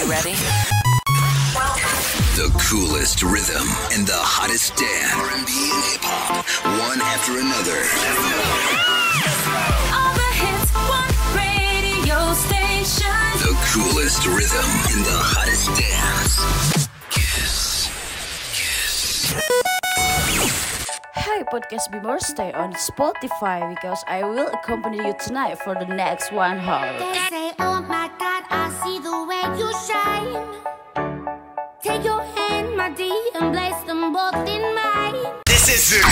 ready? The coolest rhythm and the hottest dance. R&B and hip hop, one after another. All the hits, one radio station. The coolest rhythm and the hottest dance. Kiss. Hi podcast Bimor, stay on Spotify because I will accompany you tonight for the next 1 hour. They say, oh my God, I see the way you shine. Take your hand, my dear, and place them both in mine. This is it.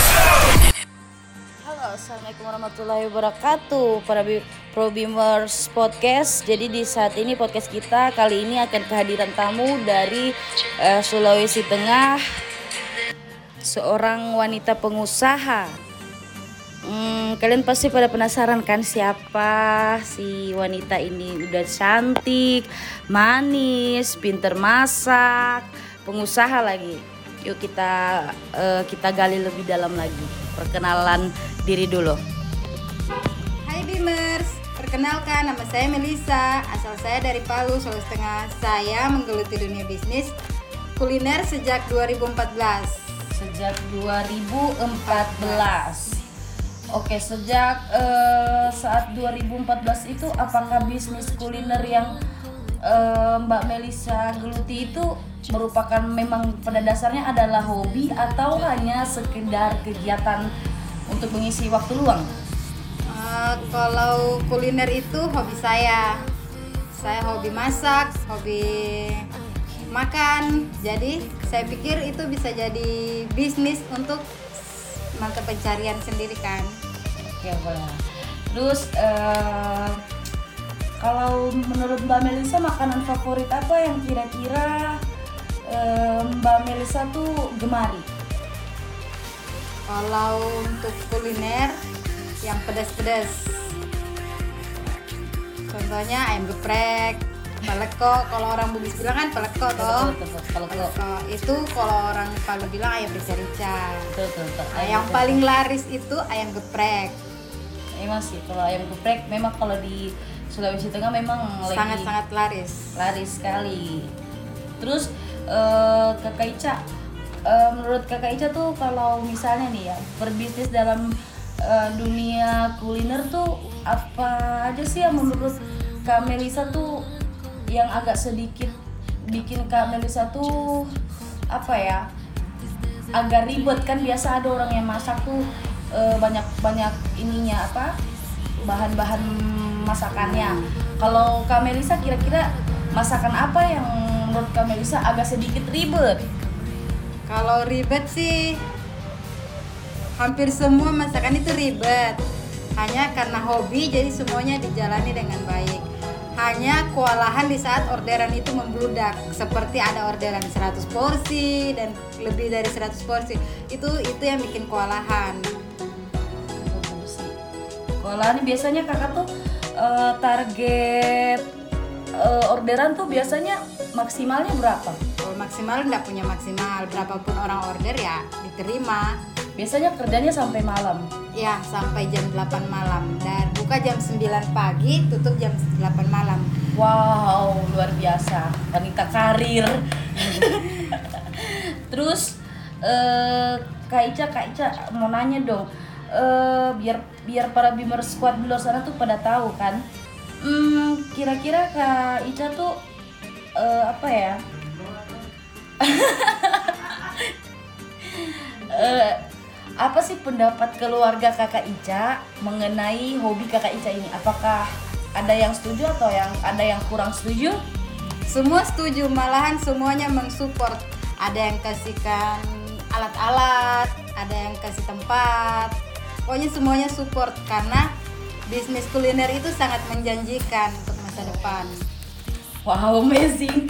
Halo, assalamualaikum warahmatullahi wabarakatuh para Pro Bimers Podcast. Jadi di saat ini podcast kita kali ini akan kehadiran tamu dari Sulawesi Tengah, seorang wanita pengusaha. Kalian pasti pada penasaran kan siapa si wanita ini? Udah cantik, manis, pinter masak, pengusaha lagi. Yuk kita gali lebih dalam lagi. Perkenalan diri dulu. Hai Bimers, perkenalkan nama saya Melisa, asal saya dari Palu, Sulawesi Tengah. Saya menggeluti dunia bisnis kuliner sejak 2014. Sejak 2014. Oke, sejak saat 2014 itu apakah bisnis kuliner yang Mbak Melisa geluti itu merupakan memang pada dasarnya adalah hobi atau hanya sekedar kegiatan untuk mengisi waktu luang? Kalau kuliner itu hobi saya. Saya hobi masak, hobi makan. Jadi saya pikir itu bisa jadi bisnis untuk mata pencarian sendiri kan. Ya boleh. Terus kalau menurut Mbak Melisa makanan favorit apa yang kira-kira Mbak Melisa tuh gemari? Kalau untuk kuliner yang pedas-pedas, contohnya ayam geprek, paleko. Kalau orang Bugis bilang kan paleko toh. Paleko. Itu kalau orang Palu bilang ayam rica-rica. Yang paling laris itu ayam geprek. Emang sih kalau ayam geprek memang kalau di Sulawesi Tengah memang sangat-sangat laris sekali. Terus Kakak Ica, menurut Kakak Ica tuh kalau misalnya nih ya berbisnis dalam dunia kuliner tuh apa aja sih yang menurut Kak Melisa tuh yang agak sedikit bikin Kak Melisa tuh apa ya, agak ribet kan? Biasa ada orang yang masak tuh banyak ininya apa, bahan-bahan masakannya. Kalau Kak Melisa kira-kira masakan apa yang menurut Kak Melisa agak sedikit ribet? Kalau ribet sih hampir semua masakan itu ribet. Hanya karena hobi jadi semuanya dijalani dengan baik. Hanya kewalahan di saat orderan itu membludak. Seperti ada orderan 100 porsi dan lebih dari 100 porsi. Itu yang bikin kewalahan. Kewalahan biasanya kakak tuh target orderan tuh biasanya maksimalnya berapa? Kalau maksimal nggak punya maksimal. Berapapun orang order ya diterima. Biasanya kerjanya sampai malam? Ya, sampai jam 8 malam. Dan buka jam 9 pagi, tutup jam 8 malam. Wow, luar biasa. Wanita karir. Terus, Kak Ica mau nanya dong. Biar para Bimer Squad di luar sana tuh pada tahu kan. Kira-kira Kak Ica tuh apa ya? Apa sih pendapat keluarga Kakak Ica mengenai hobi Kakak Ica ini? Apakah ada yang setuju atau ada yang kurang setuju? Semua setuju, malahan semuanya mensupport. Ada yang kasihkan alat-alat, ada yang kasih tempat. Pokoknya semuanya support karena bisnis kuliner itu sangat menjanjikan untuk masa depan. Wow, amazing.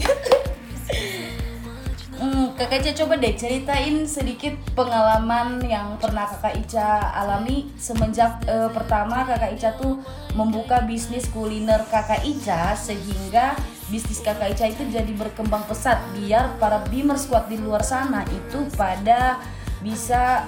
Kakak Ica coba deh ceritain sedikit pengalaman yang pernah Kakak Ica alami semenjak pertama Kakak Ica tuh membuka bisnis kuliner Kakak Ica, sehingga bisnis Kakak Ica itu jadi berkembang pesat biar para Bimer Squad di luar sana itu pada bisa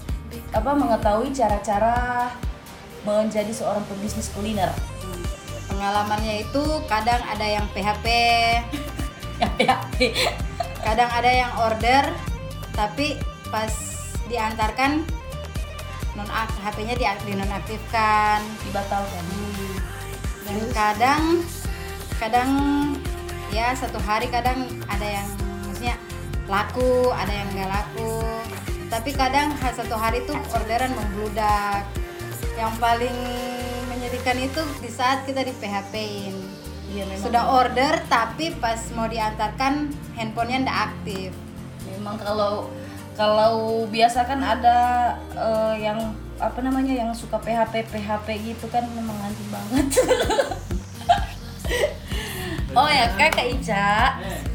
mengetahui cara-cara menjadi seorang pebisnis kuliner. Pengalamannya itu kadang ada yang PHP, Ya. kadang ada yang order tapi pas diantarkan HP-nya dinonaktifkan. Dibatalkan. Dan kadang ya satu hari kadang ada yang maksudnya laku, ada yang nggak laku. Tapi kadang satu hari tuh orderan membludak. Yang paling menyedihkan itu di saat kita di PHP-in. Iya, memang. Sudah order tapi pas mau diantarkan handphonenya nggak aktif. Memang kalau biasa kan ada yang apa namanya yang suka PHP gitu kan memang anti banget. Oh ya Kakak Ica.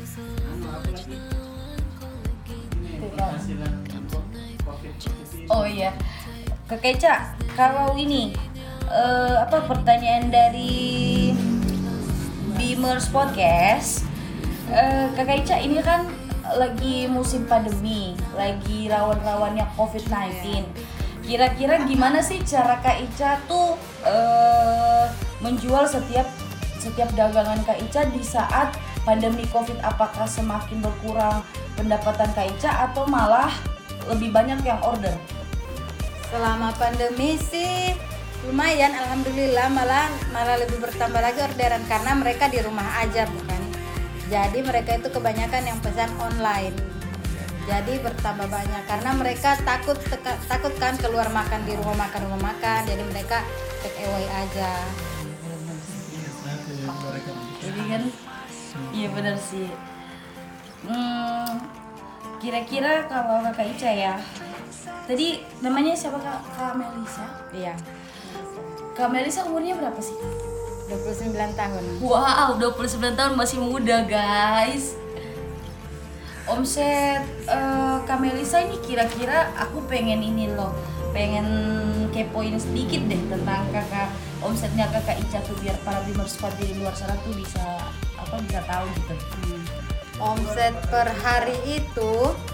Oh iya Kakak Ica, kalau ini pertanyaan dari Beamers Podcast, Kakak Ica ini kan lagi musim pandemi, lagi rawan-rawannya COVID-19. Kira-kira gimana sih cara Kak Ica tuh menjual setiap dagangan Kak Ica di saat pandemi COVID? Apakah semakin berkurang pendapatan Kak Ica atau malah lebih banyak yang order? Selama pandemi sih lumayan, alhamdulillah, malah lebih bertambah lagi orderan karena mereka di rumah aja bukan. Jadi mereka itu kebanyakan yang pesan online. Jadi bertambah banyak karena mereka takut kan keluar makan di rumah makan. Jadi mereka take away aja. Jadi kan, iya benar sih. Kira-kira kalau Kakak Ica ya, tadi namanya siapa Kak Melisa? Iya. Kak Melisa umurnya berapa sih? 29 tahun. Wow, 29 tahun masih muda guys. Omset Kak Melisa ini kira-kira aku pengen ini loh, pengen kepoin sedikit deh tentang omsetnya Kakak Ica tuh biar para Beamers Squad di luar sana tuh bisa tahu gitu. Omset per hari itu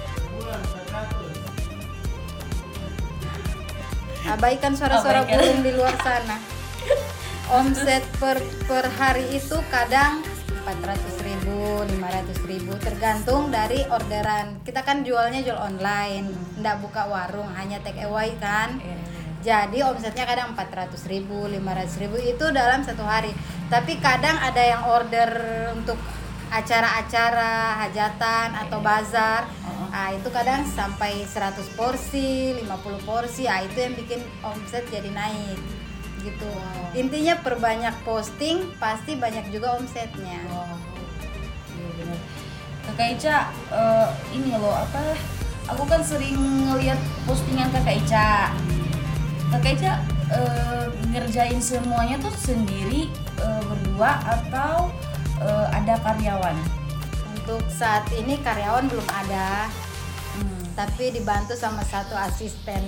abaikan suara-suara burung di luar sana. Omset per hari itu kadang 400.000, 500.000 tergantung dari orderan. Kita kan jual online, nggak buka warung, hanya take away kan. Jadi omsetnya kadang 400.000, 500.000 itu dalam satu hari. Tapi kadang ada yang order untuk acara-acara hajatan atau bazar. Nah, itu kadang sampai 100 porsi, 50 porsi. Nah, itu yang bikin omset jadi naik. Gitu. Intinya perbanyak posting pasti banyak juga omsetnya. Iya benar. Kakak Ica ini loh aku kan sering ngeliat postingan Kakak Ica. Kakak Ica ngerjain semuanya tuh sendiri berdua atau ada karyawan? Untuk saat ini karyawan belum ada, tapi dibantu sama satu asisten.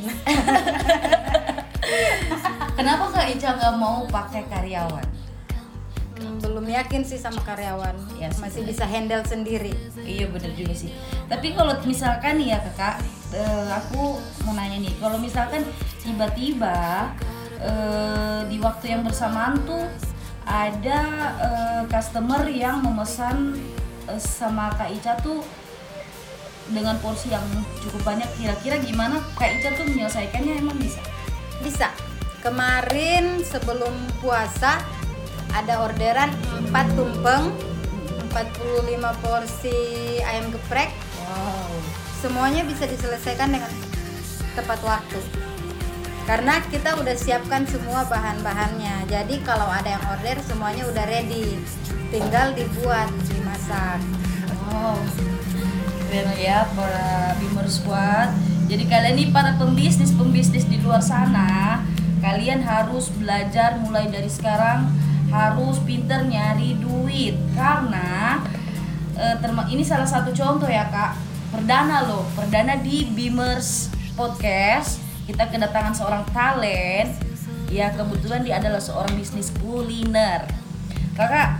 Kenapa Kak Ica nggak mau pakai karyawan? Belum yakin sih sama karyawan, Ya, sih, masih bisa handle sendiri. Iya bener juga sih. Tapi kalau misalkan nih ya Kakak, aku mau nanya nih, kalau misalkan tiba-tiba di waktu yang bersamaan tuh ada customer yang memesan sama Kak Ica tuh dengan porsi yang cukup banyak, kira-kira gimana Kak Ica tuh menyelesaikannya? Emang bisa? Bisa. Kemarin sebelum puasa ada orderan 4 tumpeng, 45 porsi ayam geprek. Wow. Semuanya bisa diselesaikan dengan tepat waktu. Karena kita udah siapkan semua bahan-bahannya. Jadi kalau ada yang order semuanya udah ready. Tinggal dibuat, dimasak. Wow. Keren ya para Beamers Squad. Jadi kalian nih para pembisnis di luar sana, kalian harus belajar mulai dari sekarang, harus pinter nyari duit karena ini salah satu contoh ya Kak, perdana di Beamers Podcast kita kedatangan seorang talent ya, kebetulan dia adalah seorang bisnis kuliner. Kakak,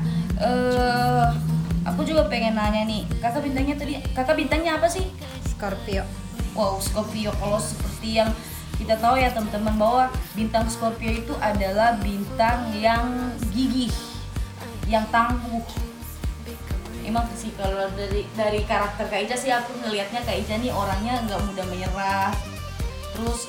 aku juga pengen nanya nih, kakak bintangnya apa sih? Scorpio. Wow, Scorpio. Kalau seperti yang kita tahu ya teman-teman bahwa bintang Scorpio itu adalah bintang yang gigih, yang tangguh. Emang sih kalau dari karakter Kak Ica sih aku ngelihatnya Kak Ica nih orangnya nggak mudah menyerah. Terus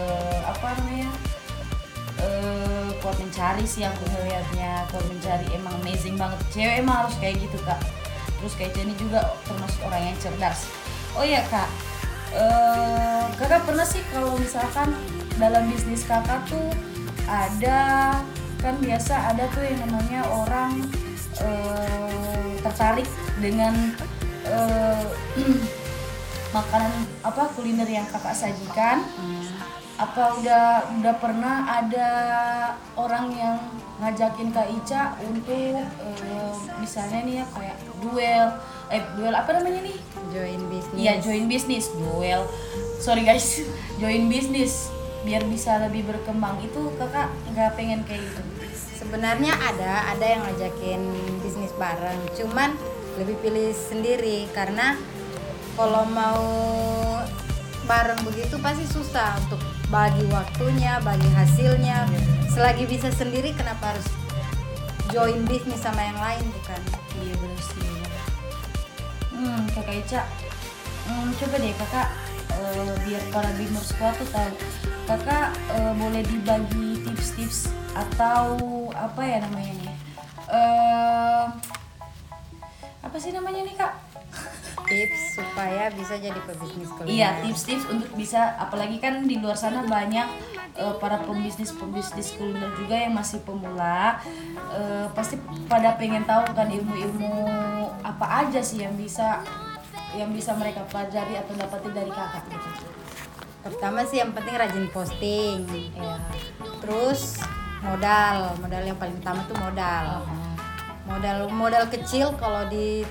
kuat mencari sih aku ngelihatnya, kuat mencari, emang amazing banget. Cewek emang harus kayak gitu Kak. Terus Kak Ica ini juga termasuk orang yang cerdas. Oh iya Kak, Kakak pernah sih kalau misalkan dalam bisnis Kakak tuh ada, kan biasa ada tuh yang namanya orang tertarik dengan makanan kuliner yang Kakak sajikan. Apa udah pernah ada orang yang ngajakin Kak Ica untuk misalnya nih ya kayak duel apa namanya nih? Join bisnis. Iya, join bisnis, duel. Sorry guys, join bisnis biar bisa lebih berkembang. Itu Kakak nggak pengen kayak gitu? Sebenarnya ada yang ngajakin bisnis bareng, cuman lebih pilih sendiri karena kalau mau bareng begitu pasti susah untuk bagi waktunya, bagi hasilnya. Selagi bisa sendiri kenapa harus join bisnis sama yang lain, bukan? Iya benar sih. Kakak Ica, coba deh Kakak biar para Bimor Squad tuh tahu. Kakak boleh dibagi tips-tips atau apa ya namanya nih? Apa sih namanya nih Kak? Tips supaya bisa jadi pebisnis kuliner. Iya, tips-tips untuk bisa, apalagi kan di luar sana banyak para pembisnis kuliner juga yang masih pemula, pasti pada pengen tahu kan ilmu-ilmu apa aja sih yang bisa mereka pelajari atau dapatin dari Kakak gitu. Pertama sih yang penting rajin posting. Ya. Terus modal yang paling utama tuh modal. Modal kecil kalau di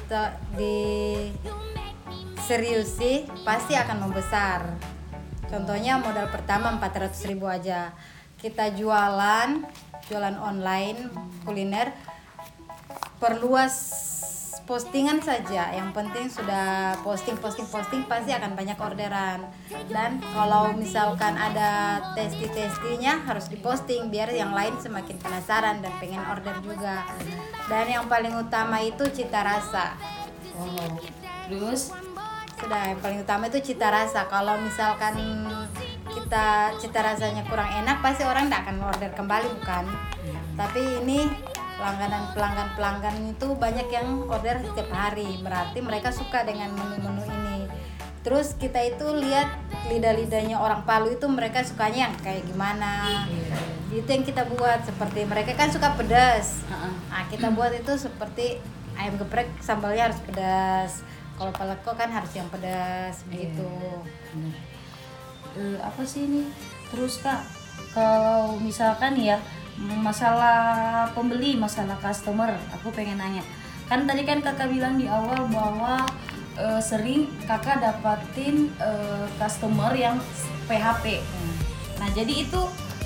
serius sih pasti akan membesar. Contohnya modal pertama 400.000 aja. Kita jualan online kuliner, perluas postingan saja. Yang penting sudah posting pasti akan banyak orderan. Dan kalau misalkan ada testi-testinya harus diposting biar yang lain semakin penasaran dan pengen order juga. Dan yang paling utama itu cita rasa. Terus Sudah, yang paling utama itu cita rasa. Kalau misalkan kita cita rasanya kurang enak, pasti orang tidak akan order kembali, bukan? Tapi ini pelanggan itu banyak yang order setiap hari, berarti mereka suka dengan menu-menu ini. Terus kita itu lihat lidah-lidahnya orang Palu itu mereka sukanya yang kayak gimana. Itu yang kita buat, seperti mereka kan suka pedas. Nah, kita buat itu seperti ayam geprek sambalnya harus pedas. Kalau paleko kan harus yang pedas begitu. apa sih ini? Terus Kak, kalau misalkan ya masalah pembeli, masalah customer, aku pengen nanya. Kan tadi kan Kakak bilang di awal bahwa sering Kakak dapatin customer yang PHP. Nah, jadi itu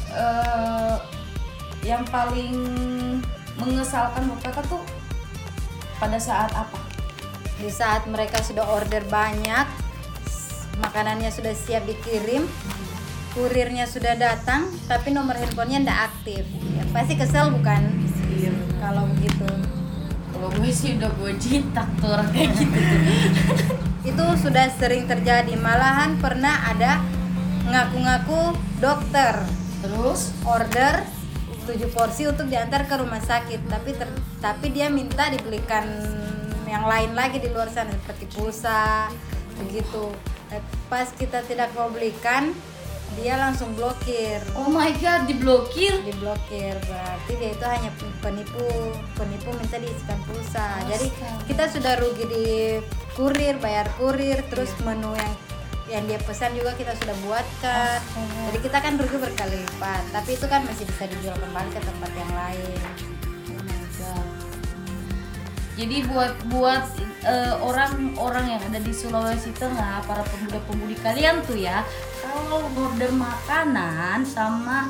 yang paling mengesalkan buat Kakak tuh pada saat apa? Di saat mereka sudah order banyak, makanannya sudah siap dikirim, kurirnya sudah datang, tapi nomor handphonenya tidak aktif. Ya, pasti kesel, bukan? Iya. Kalau begitu. Kalau gue sih udah gue cintak tuh orang kayak gitu. Itu sudah sering terjadi. Malahan pernah ada ngaku-ngaku dokter, Terus order 7 porsi untuk diantar ke rumah sakit, tapi dia minta dibelikan yang lain lagi di luar sana seperti pulsa begitu. Pas kita tidak mau belikan, dia langsung blokir. oh my god, diblokir. Berarti dia itu hanya penipu minta diisikan pulsa. Jadi Astaga. kita sudah rugi di kurir, bayar kurir, terus menu yang dia pesan juga kita sudah buatkan. Astaga. Jadi kita kan rugi berkali lipat, tapi itu kan masih bisa dijual kembali ke tempat yang lain. Oh my god. Jadi buat orang-orang yang ada di Sulawesi Tengah, para pemuda-pemudi kalian tuh ya, kalau order makanan sama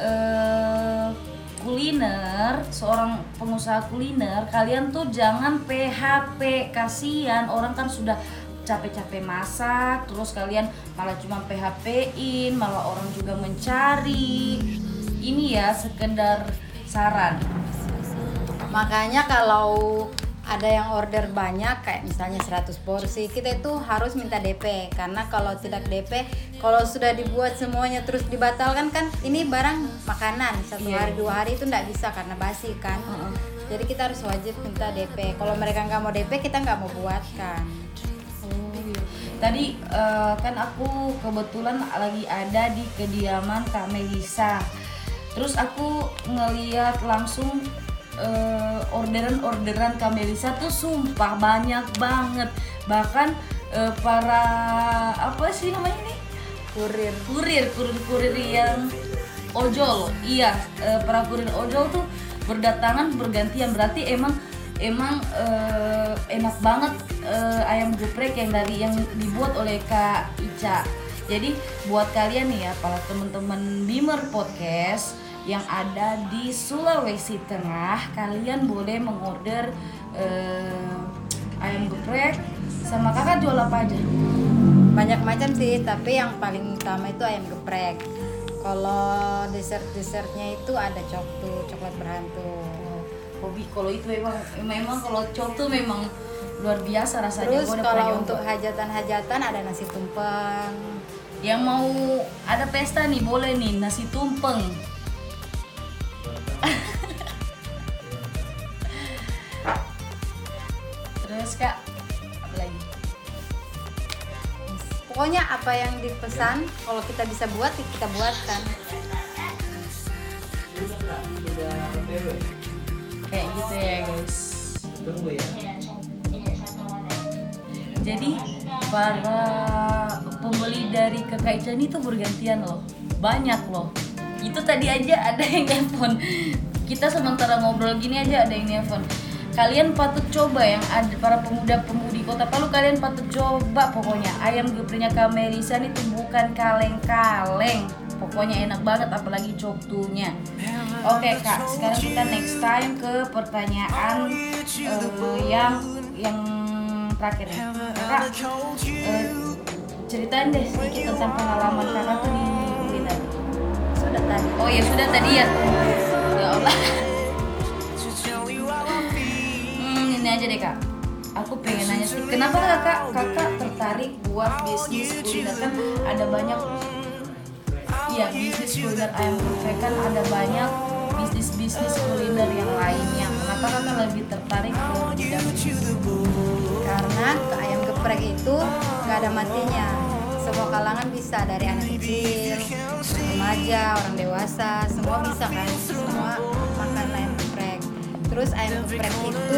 kuliner, seorang pengusaha kuliner, kalian tuh jangan PHP, kasihan orang kan sudah capek-capek masak, terus kalian malah cuma PHP-in, malah orang juga mencari. Ini ya sekedar saran. Makanya kalau ada yang order banyak kayak misalnya 100 porsi, kita itu harus minta DP. Karena kalau tidak DP, kalau sudah dibuat semuanya terus dibatalkan kan ini barang makanan, 1 hari 2 hari itu nggak bisa karena basi kan. Jadi kita harus wajib minta DP. Kalau mereka nggak mau DP, kita nggak mau buatkan. Tadi kan aku kebetulan lagi ada di kediaman Kak Melisa. Terus aku ngeliat langsung orderan Kak Melisa tuh sumpah banyak banget. Bahkan para apa sih namanya nih? Kurir yang ojol. Iya, para kurir ojol tuh berdatangan bergantian. Berarti emang enak banget ayam geprek yang dibuat oleh Kak Ica. Jadi buat kalian nih ya, para teman-teman Bimer Podcast yang ada di Sulawesi Tengah, kalian boleh mengorder ayam geprek. Sama kakak jual apa aja? Banyak macam sih, tapi yang paling utama itu ayam geprek. Kalau dessert-dessertnya itu ada coklat berhantu. Hobi kalau itu memang kalau cok tuh memang luar biasa rasanya. Terus kalau untuk hajatan ada nasi tumpeng. Yang mau ada pesta nih boleh nih nasi tumpeng. Terus Kak, apa lagi? Pokoknya apa yang dipesan, kalau kita bisa buat, kita buatkan. Kayak gitu ya guys. Jadi para pembeli dari Kakak Ica ini tuh bergantian loh, banyak loh. Itu tadi aja ada yang nelfon. Kita sementara ngobrol gini aja ada yang nelfon. Kalian patut coba, yang ada para pemuda-pemudi Kota Palu, kalian patut coba pokoknya. Ayam gepreknya Kak Melisa itu bukan kaleng-kaleng. Pokoknya enak banget, apalagi coktunya. Oke Kak, sekarang kita next time ke pertanyaan yang terakhir nih. Kakak, ceritain deh sedikit tentang pengalaman kakak tuh di kuliner. Sudah tadi. Oh ya sudah tadi ya. Ya Allah. Ini aja deh Kak. Aku pengen nanya sih, kenapa kakak tertarik buat bisnis kuliner? Kan ada banyak. Iya, bisnis kuliner ayam geprek, kan ada banyak bisnis kuliner yang lainnya. Kenapa kakak lebih tertarik ke bidang ini? Karena ke ayam geprek itu nggak ada matinya. Semua kalangan bisa, dari anak kecil, remaja, orang dewasa, semua bisa kan, semua makan ayam geprek. Terus ayam geprek itu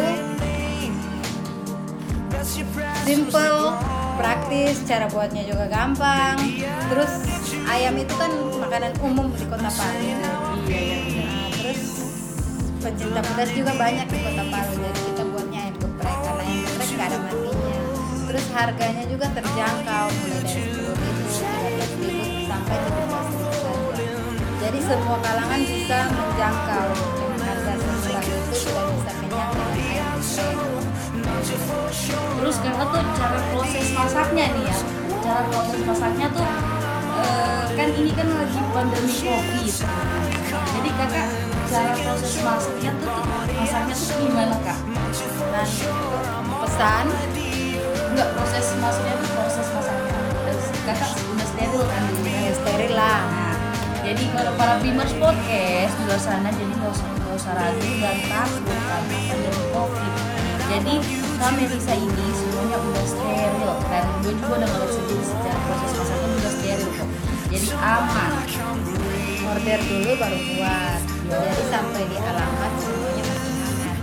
simple, praktis, cara buatnya juga gampang. Terus ayam itu kan makanan umum di Kota Palu. Nah, terus pencinta pedas juga banyak di Kota Palu, jadi kita buatnya ayam geprek karena ayam geprek nggak ada matinya. Terus harganya juga terjangkau, mulai dari 10.000, 13.000 sampai 17.000 saja. Jadi semua kalangan bisa menjangkau dengan harga semurah itu, sudah bisa kenyang dengan ayam geprek. Terus kakak tuh cara proses masaknya nih ya, cara proses masaknya tuh kan ini kan lagi pandemi COVID. Jadi kakak cara proses masaknya tuh gimana Kak? Nah, pesan Enggak, proses masaknya. Terus kakak udah steril kan dulu ya? steril lah. Nah, jadi kalau para Bimers Podcast di luar sana, jadi nggak usah ragu dan takut karena pandemi COVID. Jadi Kak Melisa ini semuanya udah steril, dan gue juga udah ngeliat sendiri secara proses masaknya juga steril kok. Jadi aman. Order dulu baru buat. Jadi sampai di alamat semuanya masih hangat.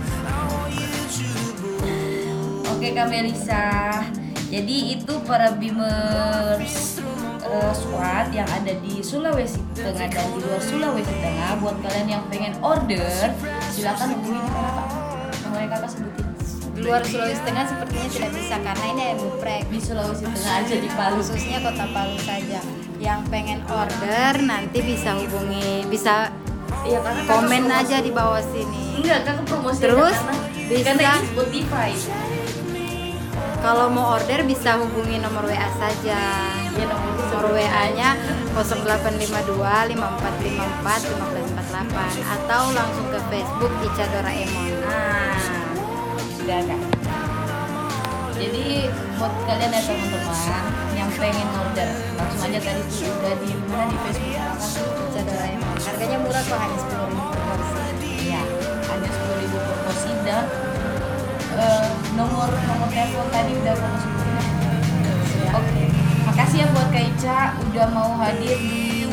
Oke Kak Melisa, jadi itu para Bimers Squad yang ada di Sulawesi Tengah dan di luar Sulawesi Tengah. Buat kalian yang pengen order, silakan hubungi kakak. Namanya kakak sebutin. Di luar Sulawesi Tengah sepertinya tidak bisa karena ini ayam geprek. Di Sulawesi Tengah aja, di Palu. Khususnya Kota Palu saja. Yang pengen order nanti bisa hubungi, bisa Iya, karena komen kakak aja di bawah sini. Enggak, kakak promosi Terus bisa, karena ini Spotify. kalau mau order bisa hubungi nomor WA saja. Ya, Nomor WA-nya 0852 5454 1548. atau langsung ke Facebook Ica Doraemon. Sudah Kak. Jadi buat kalian ya teman-teman yang pengen order, langsung aja tadi tuh udah di mana di Facebook Ica Doraemon. Harganya murah kok, hanya 10.000 per porsi. ya, hanya 10.000 per porsi dan nomor telepon tadi udah aku masukin ya. Oke, makasih ya buat Kak Ica udah mau hadir di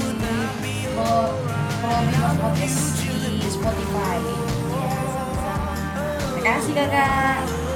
Pro Podcast di Spotify. Ya, sama-sama. Terima kasih Kakak.